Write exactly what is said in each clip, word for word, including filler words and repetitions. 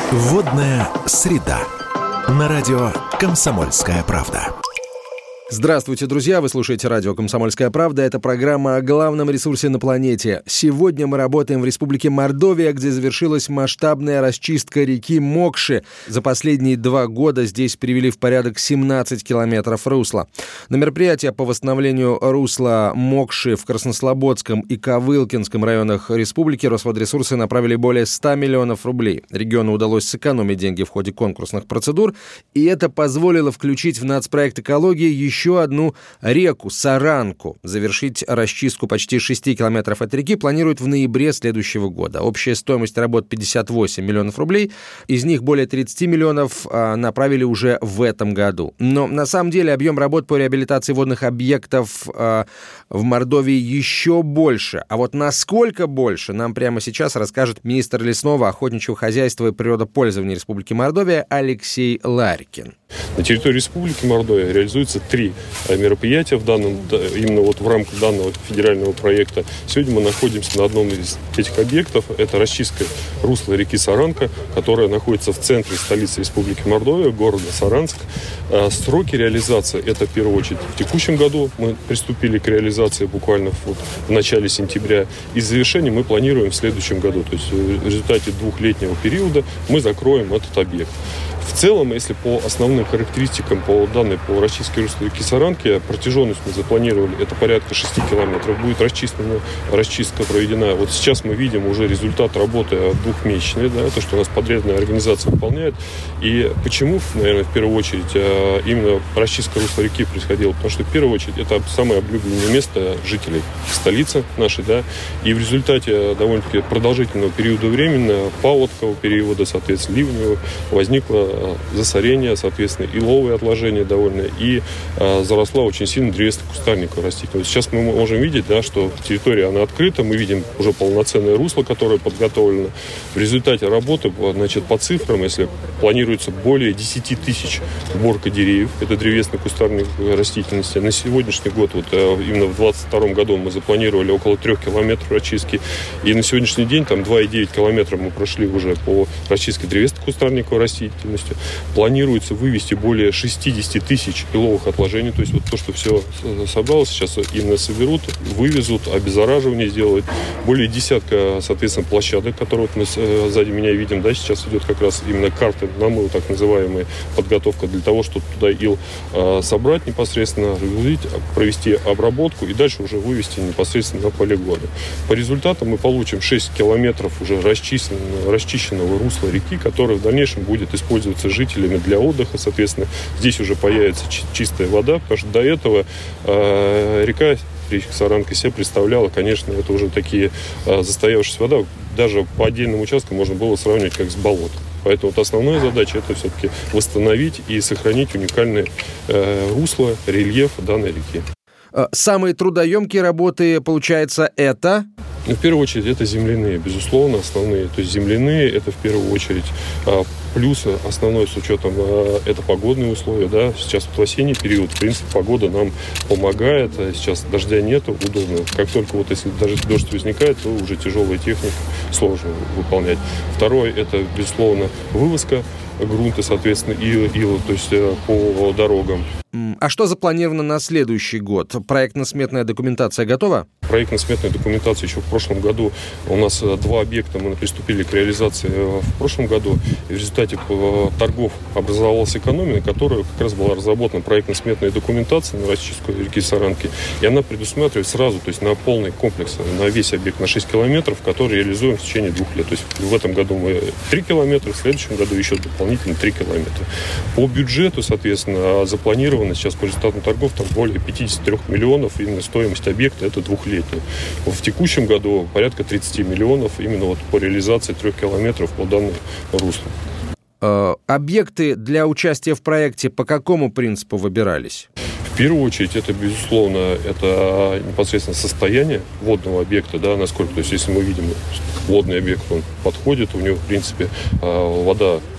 Водная среда. На радио «Комсомольская правда». Здравствуйте, друзья! Вы слушаете радио «Комсомольская правда». Это программа о главном ресурсе на планете. Сегодня мы работаем в Республике Мордовия, где завершилась масштабная расчистка реки Мокши. За последние два года здесь привели в порядок семнадцать километров русла. На мероприятие по восстановлению русла Мокши в Краснослободском и Ковылкинском районах республики Росводресурсы направили более ста миллионов рублей. Региону удалось сэкономить деньги в ходе конкурсных процедур, и это позволило включить в нацпроект экологии еще еще одну реку, Саранку. Завершить расчистку почти шести километров от реки планируют в ноябре следующего года. Общая стоимость работ пятьдесят восемь миллионов рублей. Из них более тридцать миллионов а, направили уже в этом году. Но на самом деле объем работ по реабилитации водных объектов а, в Мордовии еще больше. А вот насколько больше, нам прямо сейчас расскажет министр лесного, охотничьего хозяйства и природопользования Республики Мордовия Алексей Ларькин. На территории Республики Мордовия реализуется три мероприятия в данном, именно вот в рамках данного федерального проекта. Сегодня мы находимся на одном из этих объектов. Это расчистка русла реки Саранка, которая находится в центре столицы Республики Мордовия, города Саранск. Сроки реализации — это в первую очередь в текущем году. Мы приступили к реализации буквально вот в начале сентября. И завершение мы планируем в следующем году. То есть в результате двухлетнего периода мы закроем этот объект. В целом, если по основным характеристикам по данной по расчистке русла реки Саранки, протяженность мы запланировали, это порядка шести километров. Будет расчищена, расчистка проведена. Вот сейчас мы видим уже результат работы двухмесячный, да, то, что у нас подрядная организация выполняет. И почему, наверное, в первую очередь именно расчистка русла реки происходила? Потому что в первую очередь это самое облюбленное место жителей столицы нашей, да, и в результате довольно-таки продолжительного периода времени, паводкового периода, соответственно, ливневого, возникло засорение, соответственно, иловые отложения довольно, и э, заросла очень сильно древесно-кустарниковая растительность. Сейчас мы можем видеть, да, что территория, она открыта, мы видим уже полноценное русло, которое подготовлено. В результате работы, значит, по цифрам, если планируется более десяти тысяч уборка деревьев, это древесно-кустарниковая растительность. На сегодняшний год, вот э, именно в двадцать втором году мы запланировали около трех километров расчистки, и на сегодняшний день там два и девять километра мы прошли уже по расчистке древесно-кустарниковой растительности. Планируется вывести более шестьдесят тысяч иловых отложений. То есть вот то, что все собралось, сейчас именно соберут, вывезут, обеззараживание сделают. Более десятка, соответственно, площадок, которые вот мы сзади меня видим. Да, сейчас идет как раз именно карты намыва, так называемая подготовка для того, чтобы туда ил э, собрать непосредственно, провести обработку и дальше уже вывести непосредственно на полигоны. По результатам мы получим шесть километров уже расчищенного, расчищенного русла реки, которое в дальнейшем будет использоваться жителями для отдыха, соответственно, здесь уже появится чистая вода, потому что до этого э, река, речка Саранка себя представляла, конечно, это уже такие э, застоявшаяся вода, даже по отдельным участкам можно было сравнивать как с болотом. Поэтому вот основная задача — это все-таки восстановить и сохранить уникальное э, русло, рельеф данной реки. Самые трудоемкие работы, получается, это... Ну, в первую очередь, это земляные, безусловно, основные. То есть земляные — это в первую очередь плюс основной с учетом это погодные условия. Да. Сейчас вот в осенний период, в принципе, погода нам помогает. Сейчас дождя нету, удобно. Как только вот если даже дождь возникает, то уже тяжелая техника сложно выполнять. Второе — это, безусловно, вывозка грунта, соответственно, ила, ила, то есть по дорогам. А что запланировано на следующий год? Проектно-сметная документация готова? Проектно-сметная документация еще в прошлом году. У нас два объекта, мы приступили к реализации в прошлом году. И в результате торгов образовалась экономия, на которой как раз была разработана проектно-сметная документация на расчистку реки Саранки. И она предусматривает сразу, то есть на полный комплекс, на весь объект, на шесть километров, который реализуем в течение двух лет. То есть в этом году мы три километра, в следующем году еще дополнительно три километра. По бюджету, соответственно, запланировано сейчас по результатам торгов там более пятьдесят три миллионов, именно стоимость объекта это двухлетняя. В текущем году порядка тридцать миллионов именно вот по реализации трех километров по данному руслу. Э, объекты для участия в проекте по какому принципу выбирались? В первую очередь, это, безусловно, это непосредственно состояние водного объекта, да, насколько, то есть, если мы видим водный объект, он подходит, у него, в принципе, вода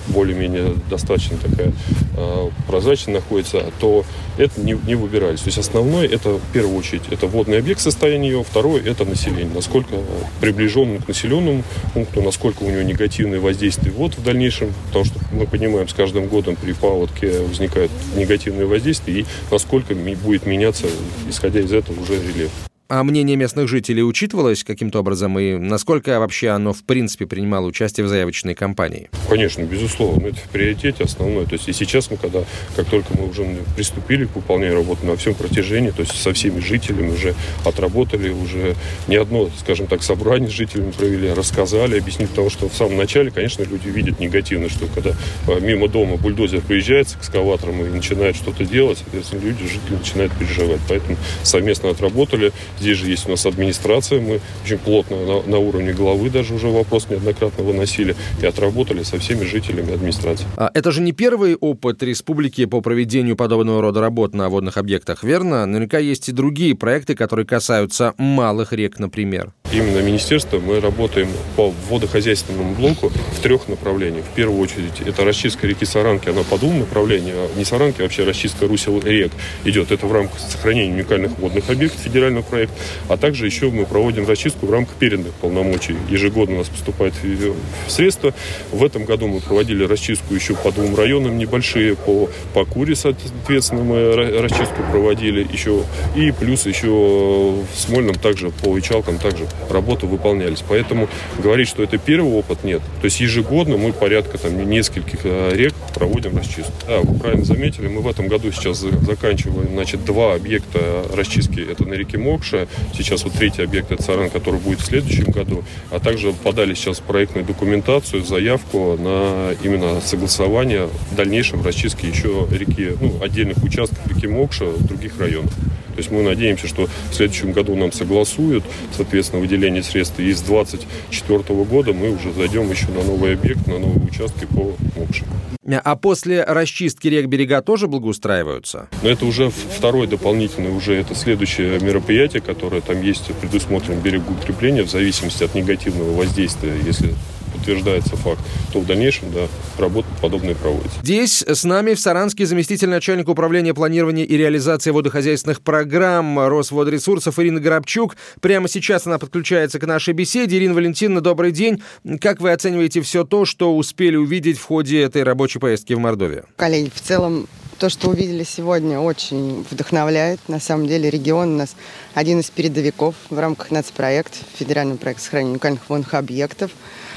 более-менее достаточно такая прозрачная находится, то это не, не выбирались. То есть основное, это в первую очередь, это водный объект, состояние его, второе, это население. Насколько приближен к населенному пункту, насколько у него негативное воздействие вот в дальнейшем, потому что мы понимаем, с каждым годом при паводке возникает негативное воздействие, и насколько будет меняться, исходя из этого, уже рельеф. А мнение местных жителей учитывалось каким-то образом, и насколько вообще оно, в принципе, принимало участие в заявочной кампании? Конечно, безусловно. Это в приоритете основное. То есть и сейчас мы, когда, как только мы уже приступили к выполнению работы на всем протяжении, то есть со всеми жителями уже отработали, уже не одно, скажем так, собрание с жителями провели, рассказали, объяснили, потому что в самом начале, конечно, люди видят негативно, что когда мимо дома бульдозер приезжает с экскаватором и начинает что-то делать, соответственно, люди, жители начинают переживать. Поэтому совместно отработали. Здесь же есть у нас администрация, мы очень плотно на, на уровне главы даже уже вопрос неоднократно выносили и отработали со всеми жителями администрации. А это же не первый опыт республики по проведению подобного рода работ на водных объектах, верно? Наверняка есть и другие проекты, которые касаются малых рек, например. Именно министерство мы работаем по водохозяйственному блоку в трех направлениях. В первую очередь это расчистка реки Саранки, она по двум направлениям, а не Саранки, а вообще расчистка русел рек идет. Это в рамках сохранения уникальных водных объектов, федерального проекта. А также еще мы проводим расчистку в рамках переданных полномочий. Ежегодно у нас поступают средства. В этом году мы проводили расчистку еще по двум районам небольшие. По, по Куре, соответственно, мы расчистку проводили еще. И плюс еще в Смольном также по Ичалкам также работы выполнялись. Поэтому говорить, что это первый опыт, нет. То есть ежегодно мы порядка там, нескольких рек проводим расчистку. Да, вы правильно заметили, мы в этом году сейчас заканчиваем значит, два объекта расчистки. Это на реке Мокша. Сейчас вот третий объект, это Саран, который будет в следующем году. А также подали сейчас проектную документацию, заявку на именно согласование в дальнейшем расчистки еще реки, ну, отдельных участков реки Мокша в других районах. То есть мы надеемся, что в следующем году нам согласуют, соответственно, выделение средств. И с две тысячи двадцать четвёртого года мы уже зайдем еще на новый объект, на новые участки по Мокше. А после расчистки рек берега тоже благоустраиваются? Но это уже второе дополнительное, уже это следующее мероприятие, которое там есть, предусмотрено берегоукрепление в зависимости от негативного воздействия, если подтверждается факт, то в дальнейшем, да, работа подобная проводится. Здесь с нами в Саранске заместитель начальника управления планирования и реализации водохозяйственных программ Росводресурсов Ирина Горобчук. Прямо сейчас она подключается к нашей беседе. Ирина Валентиновна, добрый день. Как вы оцениваете все то, что успели увидеть в ходе этой рабочей поездки в Мордовию? Коллеги, в целом то, что увидели сегодня, очень вдохновляет. На самом деле регион у нас один из передовиков в рамках нацпроекта, федерального проекта сохранения уникальных водных объектов.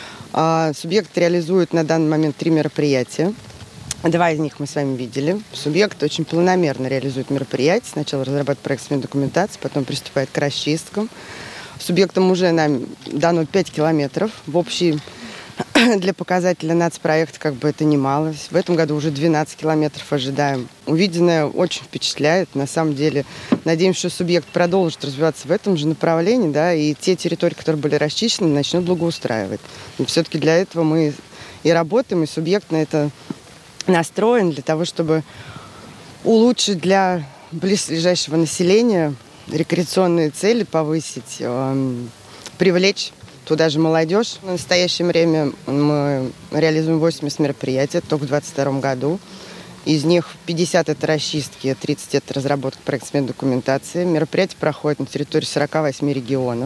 Субъект реализует на данный момент три мероприятия. Два из них мы с вами видели. Субъект очень планомерно реализует мероприятия. Сначала разрабатывает проектную документацию, потом приступает к расчисткам. Субъектам уже нам дано пять километров. В общей для показателя нацпроекта как бы это немало. В этом году уже двенадцать километров ожидаем. Увиденное очень впечатляет. На самом деле, надеемся, что субъект продолжит развиваться в этом же направлении, да, и те территории, которые были расчищены, начнут благоустраивать. И все-таки для этого мы и работаем, и субъект на это настроен, для того, чтобы улучшить для близлежащего населения рекреационные цели, повысить, э, привлечь туда же молодежь. В настоящее время мы реализуем восемьдесят мероприятий, только в двадцать втором году. Из них пятьдесят это расчистки, тридцать это разработка проектной документации. Мероприятия проходят на территории сорок восемь регионов.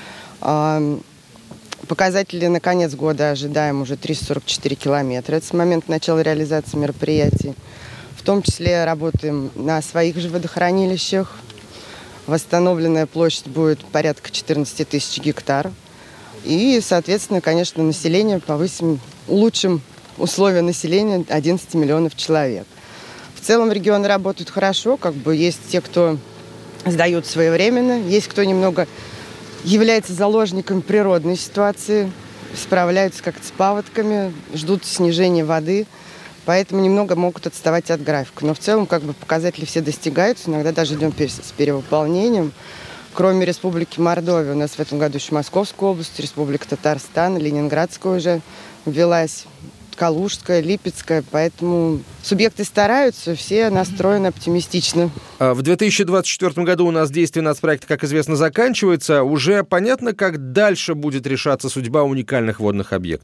Показатели на конец года ожидаем уже триста сорок четыре километра. Это с момента начала реализации мероприятий. В том числе работаем на своих же водохранилищах. Восстановленная площадь будет порядка четырнадцать тысяч гектар. И, соответственно, конечно, население повысим, улучшим условия населения одиннадцать миллионов человек. В целом регионы работают хорошо, как бы есть те, кто сдают своевременно, есть кто немного является заложником природной ситуации, справляются как-то с паводками, ждут снижения воды, поэтому немного могут отставать от графика. Но в целом как бы показатели все достигаются, иногда даже идем с перевыполнением. Кроме Республики Мордовия, у нас в этом году еще Московская область, Республика Татарстан, Ленинградская уже ввелась, Калужская, Липецкая. Поэтому субъекты стараются, все настроены оптимистично. В две тысячи двадцать четвёртом году у нас действие нацпроекта, как известно, заканчивается. Уже понятно, как дальше будет решаться судьба уникальных водных объектов?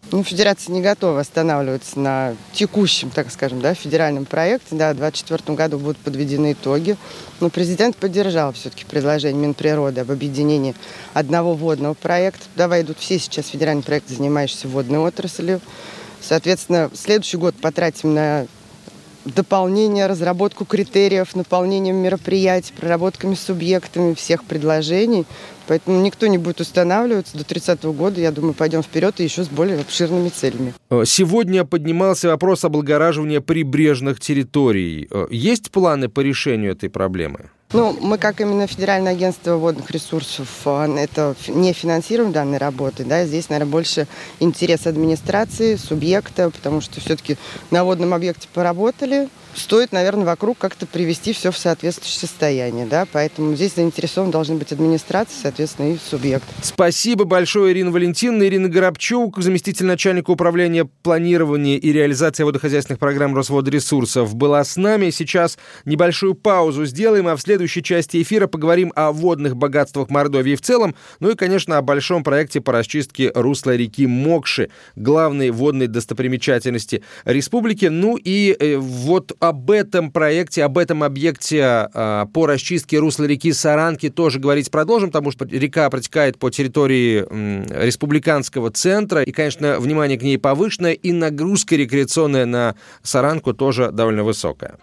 Ну, Федерация не готова останавливаться на текущем, так скажем, да, федеральном проекте. Да, в двадцать четвёртом году будут подведены итоги. Но президент поддержал все-таки предложение Минприроды об объединении одного водного проекта. Туда войдут все сейчас федеральные проекты, занимающиеся водной отраслью. Соответственно, следующий год потратим на дополнение, разработку критериев, наполнением мероприятий, проработками субъектами всех предложений. Поэтому никто не будет устанавливаться. До тридцатого года, я думаю, пойдем вперед и еще с более обширными целями. Сегодня поднимался вопрос облагораживания прибрежных территорий. Есть планы по решению этой проблемы? Ну, мы, как именно Федеральное агентство водных ресурсов, это не финансируем данной работы. Да? Здесь, наверное, больше интерес администрации, субъекта, потому что все-таки на водном объекте поработали. Стоит, наверное, вокруг как-то привести все в соответствующее состояние. Да? Поэтому здесь заинтересованы должны быть администрация, соответственно, и субъект. Спасибо большое, Ирина Валентиновна. Ирина Горобчук, заместитель начальника управления планирования и реализации водохозяйственных программ Росводресурсов, была с нами. Сейчас небольшую паузу сделаем, а в следующей части эфира поговорим о водных богатствах Мордовии в целом, ну и, конечно, о большом проекте по расчистке русла реки Мокши, главной водной достопримечательности республики. Ну и э, вот об этом проекте, об этом объекте э, по расчистке русла реки Саранки тоже говорить продолжим, потому что река протекает по территории э, республиканского центра, и, конечно, внимание к ней повышенное, и нагрузка рекреационная на Саранку тоже довольно высокая.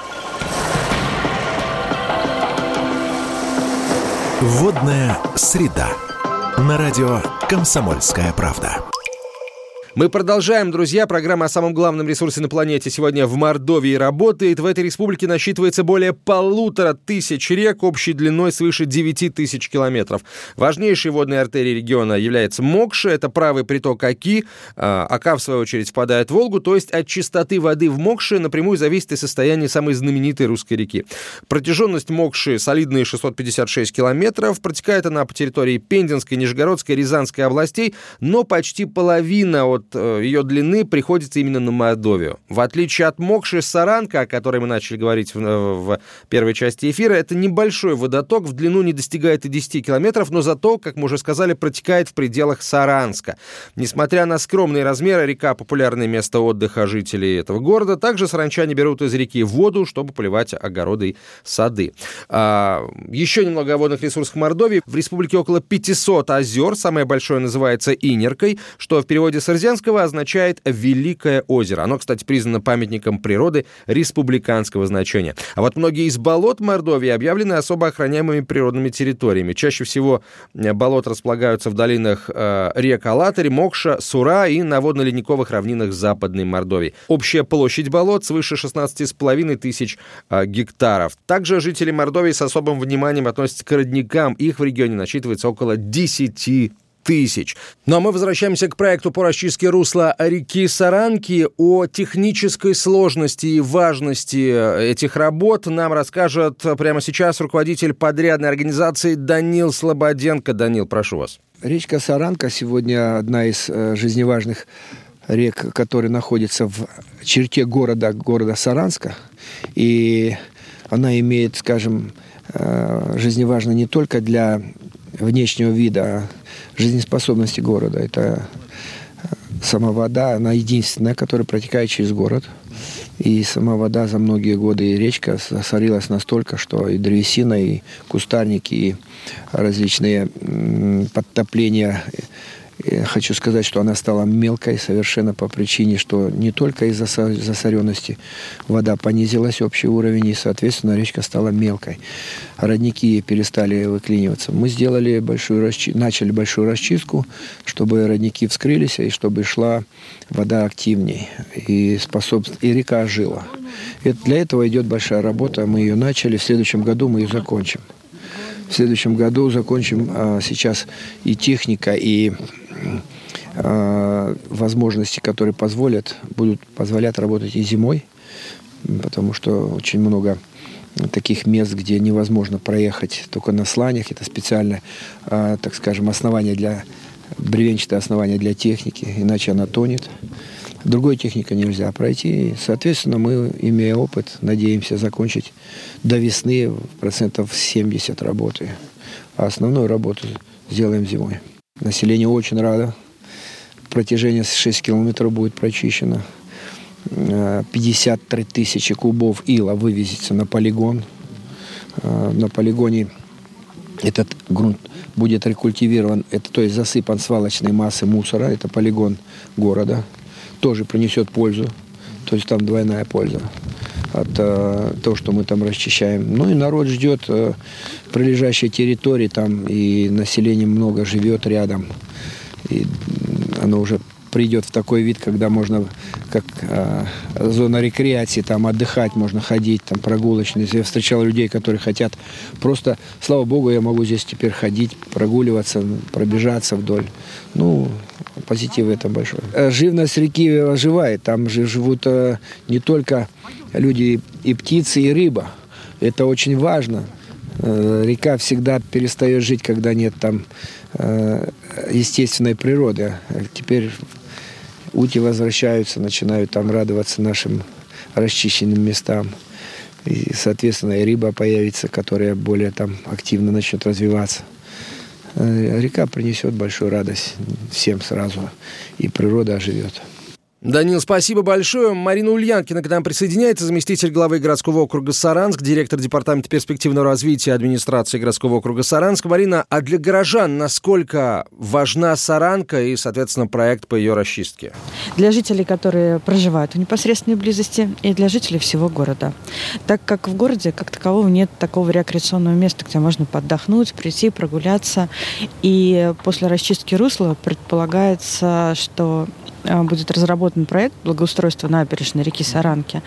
Водная среда. На радио «Комсомольская правда». Мы продолжаем, друзья. Программа о самом главном ресурсе на планете сегодня в Мордовии работает. В этой республике насчитывается более полутора тысяч рек, общей длиной свыше девяти тысяч километров. Важнейшей водной артерией региона является Мокша. Это правый приток Оки. Ока, в свою очередь, впадает в Волгу. То есть от чистоты воды в Мокше напрямую зависит и состояние самой знаменитой русской реки. Протяженность Мокши солидные шестьсот пятьдесят шесть километров. Протекает она по территории Пензенской, Нижегородской, Рязанской областей. Но почти половина от ее длины приходится именно на Мордовию. В отличие от Мокши, Саранка, о которой мы начали говорить в, в первой части эфира, это небольшой водоток, в длину не достигает и десяти километров, но зато, как мы уже сказали, протекает в пределах Саранска. Несмотря на скромные размеры, река — популярное место отдыха жителей этого города. Также саранчане берут из реки воду, чтобы поливать огороды и сады. А, еще немного о водных ресурсах Мордовии. В республике около пятисот озер. Самое большое называется Инеркой, что в переводе с Рязанского означает «Великое озеро». Оно, кстати, признано памятником природы республиканского значения. А вот многие из болот Мордовии объявлены особо охраняемыми природными территориями. Чаще всего болота располагаются в долинах э, рек Алатырь, Мокша, Сура и на водно-ледниковых равнинах Западной Мордовии. Общая площадь болот свыше шестнадцати с половиной тысяч э, гектаров. Также жители Мордовии с особым вниманием относятся к родникам. Их в регионе насчитывается около десяти тысяч. Ну а мы возвращаемся к проекту по расчистке русла реки Саранки. О технической сложности и важности этих работ нам расскажет прямо сейчас руководитель подрядной организации Данил Слободенко. Данил, прошу вас. Речка Саранка сегодня одна из э, жизневажных рек, которая находится в черте города, города Саранска. И она имеет, скажем, э, жизневажно не только для внешнего вида, а жизнеспособности города. Это сама вода, она единственная, которая протекает через город. И сама вода за многие годы, и речка засорилась настолько, что и древесина, и кустарники, и различные подтопления. Я хочу сказать, что она стала мелкой совершенно по причине, что не только из-за засоренности вода понизилась, общий уровень, и, соответственно, речка стала мелкой. Родники перестали выклиниваться. Мы сделали большую расчи... начали большую расчистку, чтобы родники вскрылись, и чтобы шла вода активнее, и, способ... и река ожила. И для этого идет большая работа, мы ее начали, в следующем году мы ее закончим. В следующем году закончим а, сейчас и техника, и а, возможности, которые позволят, будут позволять работать и зимой, потому что очень много таких мест, где невозможно проехать только на сланях. Это специально, а, так скажем, основание для, бревенчатое основание для техники, иначе она тонет. Другой техникой нельзя пройти. Соответственно, мы, имея опыт, надеемся закончить до весны процентов семьдесят работы. А основную работу сделаем зимой. Население очень радо. протяжении шесть километров будет прочищено. пятьдесят три тысячи кубов ила вывезется на полигон. На полигоне этот грунт будет рекультивирован, это, то есть засыпан свалочной массой мусора. Это полигон города. Тоже принесет пользу. То есть там двойная польза от э, того, что мы там расчищаем. Ну и народ ждет э, прилежащей территории, там и население много живет рядом. И оно уже придет в такой вид, когда можно, как э, зона рекреации, там отдыхать, можно ходить, там прогулочные. Я встречал людей, которые хотят просто, слава богу, я могу здесь теперь ходить, прогуливаться, пробежаться вдоль. Ну, позитив в этом большой. Живность реки оживает, там же живут э, не только люди и птицы, и рыба. Это очень важно. Э, река всегда перестает жить, когда нет там э, естественной природы. Теперь утки возвращаются, начинают там радоваться нашим расчищенным местам. И, соответственно, и рыба появится, которая более там активно начнет развиваться. Река принесет большую радость всем сразу, и природа оживет. Данил, спасибо большое. Марина Ульянкина к нам присоединяется, заместитель главы городского округа Саранск, директор департамента перспективного развития администрации городского округа Саранск. Марина, а для горожан насколько важна Саранка и, соответственно, проект по ее расчистке? Для жителей, которые проживают в непосредственной близости, и для жителей всего города. Так как в городе, как такового, нет такого рекреационного места, где можно поддохнуть, прийти, прогуляться. И после расчистки русла предполагается, что будет разработан проект благоустройства набережной реки Саранки.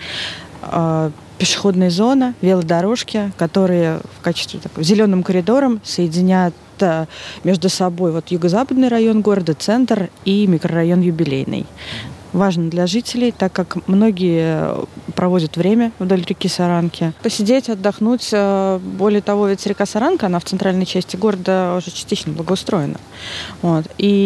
Пешеходная зона, велодорожки, которые в качестве такого зеленым коридором соединят между собой вот юго-западный район города, центр и микрорайон Юбилейный. Важно для жителей, так как многие проводят время вдоль реки Саранки. Посидеть, отдохнуть. Более того, ведь река Саранка, она в центральной части города уже частично благоустроена. Вот.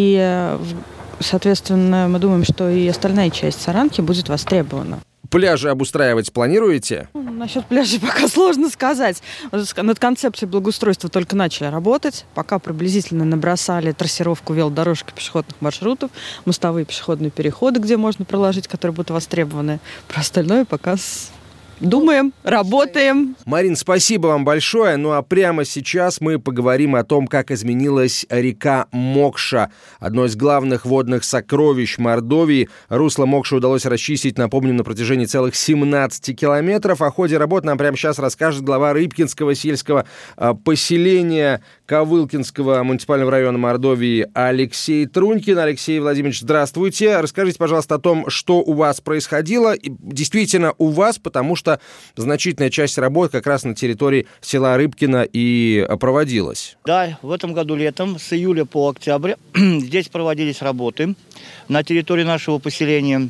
И соответственно, мы думаем, что и остальная часть Саранки будет востребована. Пляжи обустраивать планируете? Ну, насчет пляжей пока сложно сказать. Над концепцией благоустройства только начали работать. Пока приблизительно набросали трассировку велодорожек и пешеходных маршрутов, мостовые пешеходные переходы, где можно проложить, которые будут востребованы. Про остальное пока с... думаем, работаем. Марин, спасибо вам большое. Ну а прямо сейчас мы поговорим о том, как изменилась река Мокша. Одно из главных водных сокровищ Мордовии. Русло Мокши удалось расчистить, напомним, на протяжении целых семнадцати километров. О ходе работ нам прямо сейчас расскажет глава Рыбкинского сельского поселения Ковылкинского муниципального района Мордовии Алексей Трунькин. Алексей Владимирович, здравствуйте. Расскажите, пожалуйста, о том, что у вас происходило. Действительно, у вас, потому что значительная часть работ как раз на территории села Рыбкино и проводилась. Да, в этом году летом, с июля по октябрь, здесь проводились работы на территории нашего поселения.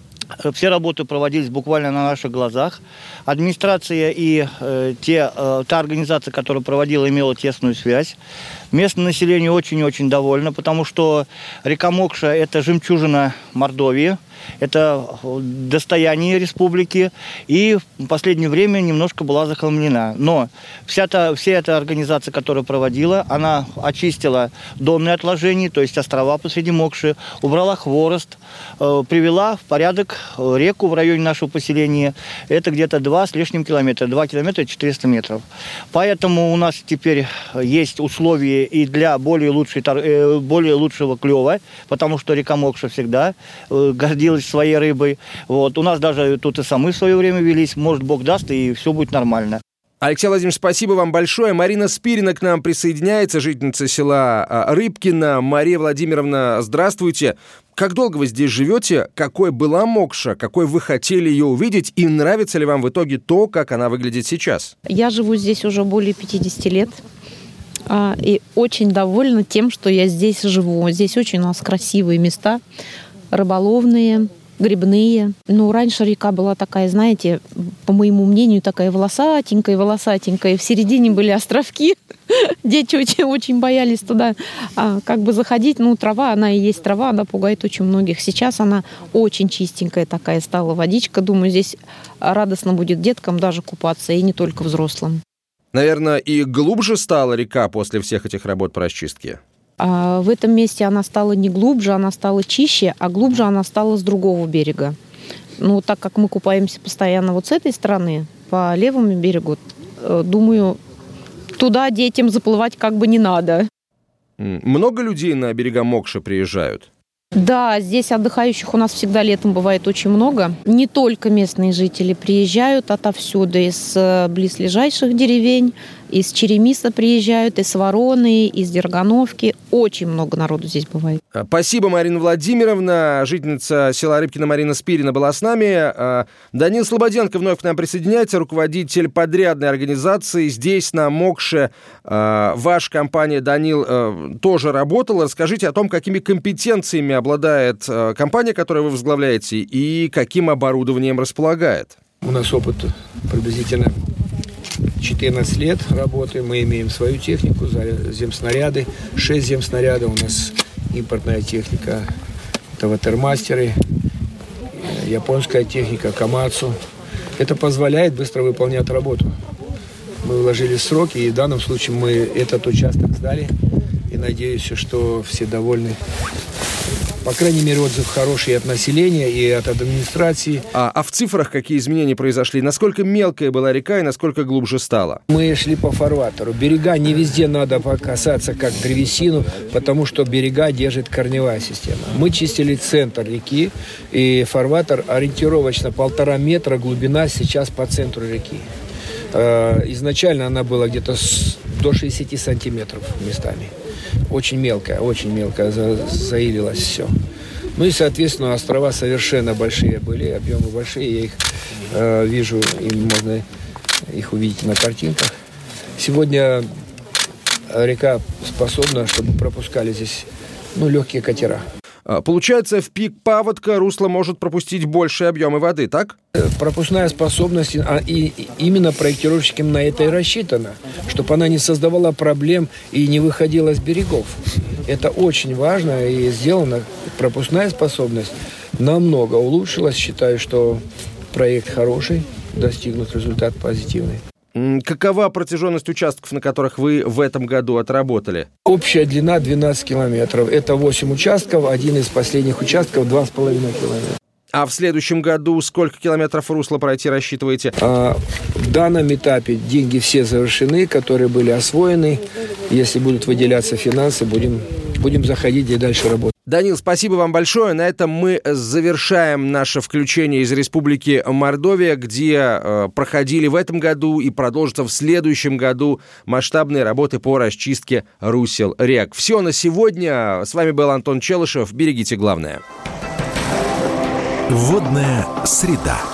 Все работы проводились буквально на наших глазах. Администрация и э, те, э, та организация, которая проводила, имела тесную связь. Местное население очень-очень довольно, потому что река Мокша – это жемчужина Мордовии, это достояние республики, и в последнее время немножко была захламлена. Но вся, та, вся эта организация, которая проводила, она очистила донные отложения, то есть острова посреди Мокши, убрала хворост, э, привела в порядок реку в районе нашего поселения. Это где-то два с лишним километра, два километра четыреста метров. Поэтому у нас теперь есть условия и для более, лучшей, э, более лучшего клёва, потому что река Мокша всегда э, гордилась своей рыбой. Вот. У нас даже тут и самы в свое время велись. Может, Бог даст, и все будет нормально. Алексей Владимирович, спасибо вам большое. Марина Спирина к нам присоединяется, жительница села Рыбкино. Мария Владимировна, здравствуйте. Как долго вы здесь живете? Какой была Мокша? Какой вы хотели ее увидеть? И нравится ли вам в итоге то, как она выглядит сейчас? Я живу здесь уже более пятидесяти лет. И очень довольна тем, что я здесь живу. Здесь очень у нас красивые места, рыболовные, грибные. Но раньше река была такая, знаете, по моему мнению, такая волосатенькая, волосатенькая. В середине были островки. Дети очень, очень боялись туда а, как бы заходить. Ну, трава, она и есть трава, она пугает очень многих. Сейчас она очень чистенькая такая стала водичка. Думаю, здесь радостно будет деткам даже купаться, и не только взрослым. Наверное, и глубже стала река после всех этих работ по расчистке? А в этом месте она стала не глубже, она стала чище, а глубже она стала с другого берега. Ну, так как мы купаемся постоянно вот с этой стороны, по левому берегу, думаю, туда детям заплывать как бы не надо. Много людей на берега Мокши приезжают? Да, здесь отдыхающих у нас всегда летом бывает очень много. Не только местные жители приезжают отовсюду, из близлежащих деревень, из Черемиса приезжают, из Вороны, из Дергановки. Очень много народу здесь бывает. Спасибо, Марина Владимировна. Жительница села Рыбкино Марина Спирина была с нами. Данил Слободенко вновь к нам присоединяется, руководитель подрядной организации. Здесь, на Мокше, ваша компания, Данил, тоже работала. Расскажите о том, какими компетенциями обладает компания, которую вы возглавляете, и каким оборудованием располагает. У нас опыт приблизительно четырнадцать лет работы. Мы имеем свою технику, земснаряды, шесть земснарядов. У нас импортная техника, это ватермастеры, японская техника, Камацу. Это позволяет быстро выполнять работу. Мы вложили сроки, и в данном случае мы этот участок сдали. И надеюсь, что все довольны. По крайней мере, отзыв хороший от населения и от администрации. А, а в цифрах какие изменения произошли? Насколько мелкая была река и насколько глубже стала? Мы шли по фарватеру. Берега не везде надо касаться, как древесину, потому что берега держит корневая система. Мы чистили центр реки, и фарватер ориентировочно полтора метра глубина сейчас по центру реки. Изначально она была где-то до шестьдесят сантиметров местами. Очень мелкая, очень мелкая, за, заилилось все. Ну и, соответственно, острова совершенно большие были, объемы большие. Я их э, вижу, и можно их увидеть на картинках. Сегодня река способна, чтобы пропускали здесь ну, легкие катера. Получается, в пик паводка русло может пропустить большие объемы воды, так? Пропускная способность, а и именно проектировщикам на это и рассчитана, чтобы она не создавала проблем и не выходила с берегов. Это очень важно и сделано. Пропускная способность намного улучшилась. Считаю, что проект хороший, достигнут результат позитивный. Какова протяженность участков, на которых вы в этом году отработали? Общая длина двенадцать километров. Это восемь участков. Один из последних участков два с половиной километра. А в следующем году сколько километров русла пройти рассчитываете? А, в данном этапе деньги все завершены, которые были освоены. Если будут выделяться финансы, будем, будем заходить и дальше работать. Данил, спасибо вам большое. На этом мы завершаем наше включение из Республики Мордовия, где э, проходили в этом году и продолжатся в следующем году масштабные работы по расчистке русел рек. Все на сегодня. С вами был Антон Челышев. Берегите главное. Водная среда.